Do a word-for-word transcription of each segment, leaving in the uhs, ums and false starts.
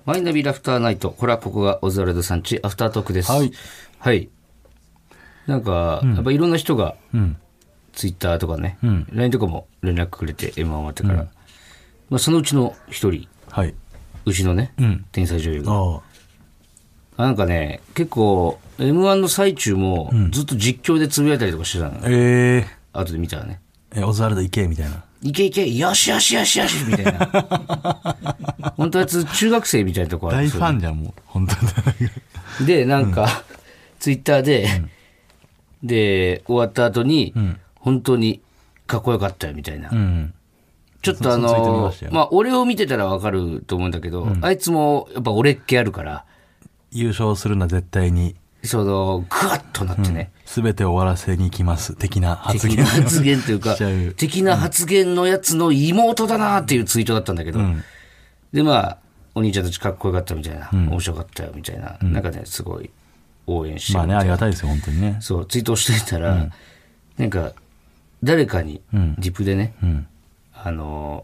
マイナビラフターナイト。これはここがオズワルドさんちアフタートークです。 はい。 はい。なんか、うん、やっぱいろんな人が、 うん、 ツイッターとかね、 うん、 ライン とかも連絡くれて エムワン 終わってから、うん、まあ、そのうちの一人、 はい、 うちのね、うん、天才女優が。あなんかね、結構 エムワン の最中もずっと実況でつぶやいたりとかしてたの。うん、 えー。 後で見たらね。 え、オズワルド行けみたいな。 行け行け、よしよしよしよしみたいな。本当は中学生みたいなとこある。 大ファンじゃん、もう。本当に。で、なんか、うん、ツイッターで、うん、で、終わった後に、うん、本当にかっこよかったよみたいな。うん、ちょっとあの、ま, まあ、俺を見てたらわかると思うんだけど、うん、あいつもやっぱ俺っ気あるから。 優勝するのは絶対に。 その、ぐわっとなってね。 すべ、うん、て終わらせに行きます。的な発言。 的な発言というか、的な発言のやつの妹だなっていうツイートだったんだけど、うん、で、まあ、お兄ちゃんたちかっこよかったみたいな、うん、面白かったよみたいな、うん、なんかね、すごい応援してる。 まあね、ありがたいですよ、本当にね。 そう、ツイートをしてたら、うん、なんか、誰かに、リプでね、うん、あの、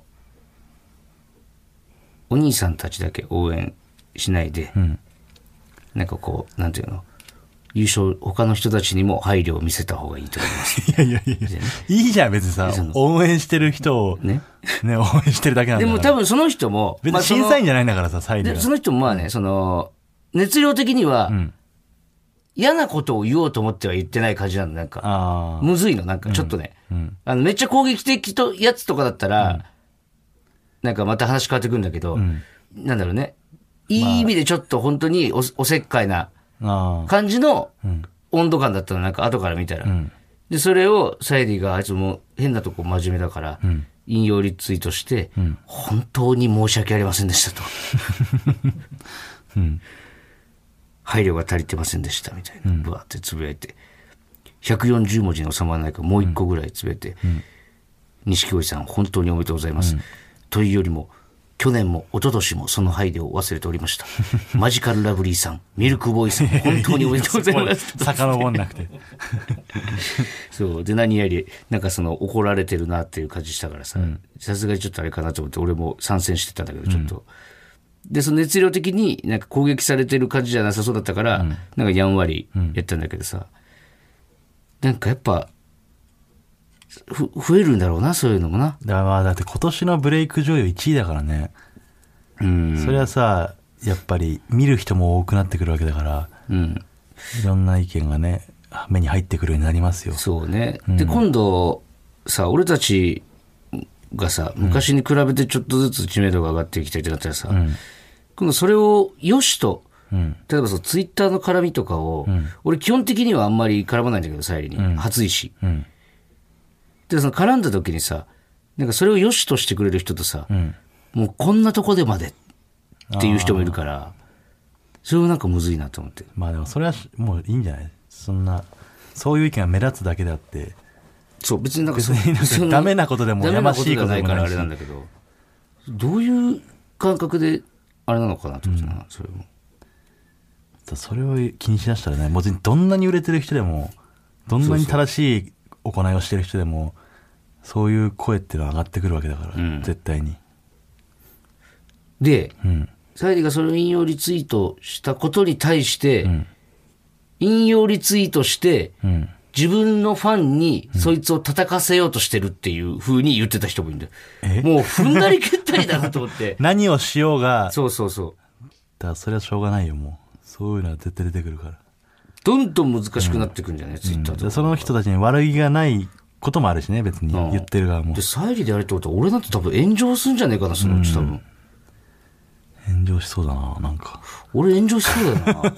お兄さんたちだけ応援しないで、うん、なんかこう、なんていうの、優勝、他の人たちにも配慮を見せた方がいいと思います。 いやいやいや、いいじゃん、別にさ、応援してる人を、ね、ね、応援してるだけなんだから。 でも多分その人も、 別に審査員じゃないんだからさ、最後。 その人もまあね、その、熱量的には、うん、嫌なことを言おうと思っては言ってない感じなの、なんか。むずいの、なんかちょっとね。うんうん、あのめっちゃ攻撃的とやつとかだったら、うん、なんかまた話変わってくるんだけど、うん、なんだろうね。いい意味でちょっと本当に お, おせっかいな感じの温度感だったの、なんか後から見たら。うん、で、それをサイディがあいつも変なとこ真面目だから、うん、引用リツイートして、うん、本当に申し訳ありませんでしたと。うん、配慮が足りてませんでしたみたいな。ブワーってつぶやいて。ひゃくよんじゅうもじに収まらないからもう一個ぐらいつぶやいて、錦鯉さん本当におめでとうございます。うん、というよりも、去年も一昨年もその配慮を忘れておりました。マジカルラブリーさん、ミルクボーイさん、本当におめでとうございます。 遡んなくて。 そう。で、何やり、なんかその怒られてるなっていう感じしたからさ、さすがにちょっとあれかなと思って、俺も参戦してたんだけど、ちょっと。うん、で、その熱量的になんか攻撃されてる感じじゃなさそうだったから、うん、なんかやんわりやったんだけどさ、うん、なんかやっぱ、ふ増えるんだろうな、そういうのもな。 だからまあだって今年のブレイク女優いちいだからね。うん。それはさ、やっぱり見る人も多くなってくるわけだから、うん。いろんな意見がね、目に入ってくるようになりますよ。 そうね。うん、で、今度、さ、俺たちがさ、昔に比べてちょっとずつ知名度が上がってきたりってなったらさ、うん、今度それを良しと、うん、例えばそう、ツイッターの絡みとかを、うん、俺基本的にはあんまり絡まないんだけど、サイリに。うん、恥ずいし。うんで、その絡んだ時にさ、なんかそれを良しとしてくれる人とさ、うん、もうこんなとこでまでっていう人もいるから、それもなんかむずいなと思って。 まあでもそれはもういいんじゃない？そんな、そういう意見が目立つだけであって、 そう、別になんか別になんかダメなことでもやましいことでもないからあれなんだけど、どういう感覚であれなのかなと思ってな、うん、それも。 それを気にしだしたらね、もうどんなに売れてる人でも、どんなに正しい行いをしてる人でも、そういう声っていうのは上がってくるわけだから、うん、絶対に。 で、うん、サイディがそれを引用リツイートしたことに対して、うん、引用リツイートして、うん、自分のファンにそいつを叩かせようとしてるっていう風に言ってた人もいるんだよ。えもう踏んだり蹴ったりだなと思って。 何をしようが。 そうそうそう。 だからそれはしょうがないよ、もう。そういうのは絶対出てくるから。 どんどん難しくなってくるんじゃない、うん、ツイッターとか。 その人たちに悪気がないこともあるしね、別に言ってる側も。 で、サイリでやるってことは、俺だって多分炎上するんじゃねえかな、そのうち多分。 炎上しそうだな、なんか。 俺炎上しそうだな。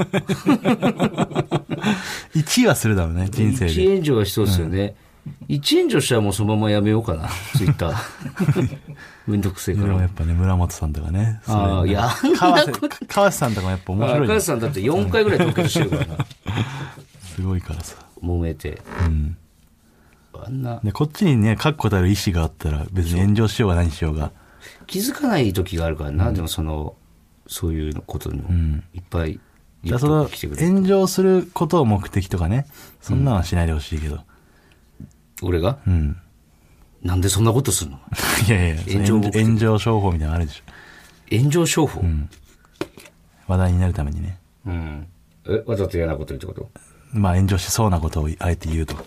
いちいはするだろうね、人生で。 いち炎上はしそうですよね。うん、いち炎上したらもうそのままやめようかな、ツイッター。めんどくせえから。 でもやっぱね、村本さんとかね。 ああ、いや、 川瀬さんとかもやっぱ面白い、ね。 川瀬さんだってよんかいぐらい凍結してるからな。 すごいからさ。 揉めて。うん。あんな。 で、こっちにね、確固たる意思があったら、別に炎上しようが何しようが。 気づかない時があるからな、うん、でもその、そういうことにも、いっぱい、 うん、じゃあその、炎上することを目的とかね、そんなのはしないでほしいけど。 うん、俺がうん。なんでそんなことするの？ いやいや、炎上、炎上商法みたいなのあるでしょ。 炎上商法、うん、 話題になるためにね。 うん。え、わざと嫌なこと言うってこと？ まあ炎上しそうなことをあえて言うと。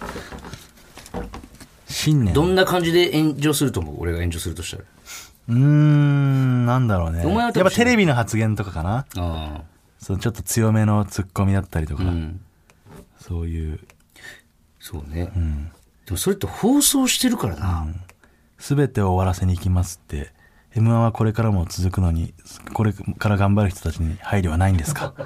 新年。 どんな感じで炎上すると思う？俺が炎上するとしたら。 うーん、なんだろうね。 お前はやっぱテレビの発言とかかな。 ああ。 そのちょっと強めのツッコミだったりとか。 うん、 そういう。 そうね。 うん。 でもそれって放送してるからな。 すべ、うん、てを終わらせに行きますって。エムワン はこれからも続くのに、これから頑張る人たちに配慮はないんですか？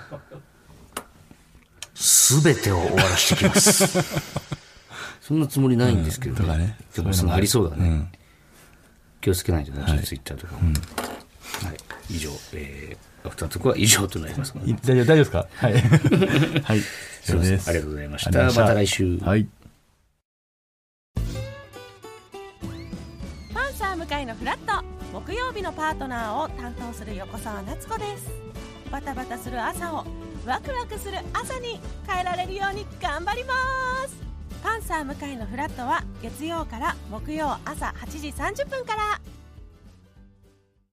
すべてを終わらしてきます。そんなつもりないんですけどね。うん、とかね。でもそのありそうだね。うん、気をつけないとね、はい、ツイッターとかも。うん、はい。以上、えー、アフタートークは以上となります。 大丈夫、大丈夫ですか？はい。はい。 そうです。ありがとうございました。また来週。 はい。 パンサー向井のフラット。木曜日のパートナーを担当する横澤夏子です。バタバタする朝をワクワクする朝に変えられるように頑張ります。パンサー向井のフラットは月曜から木曜朝はちじさんじゅっぷんから。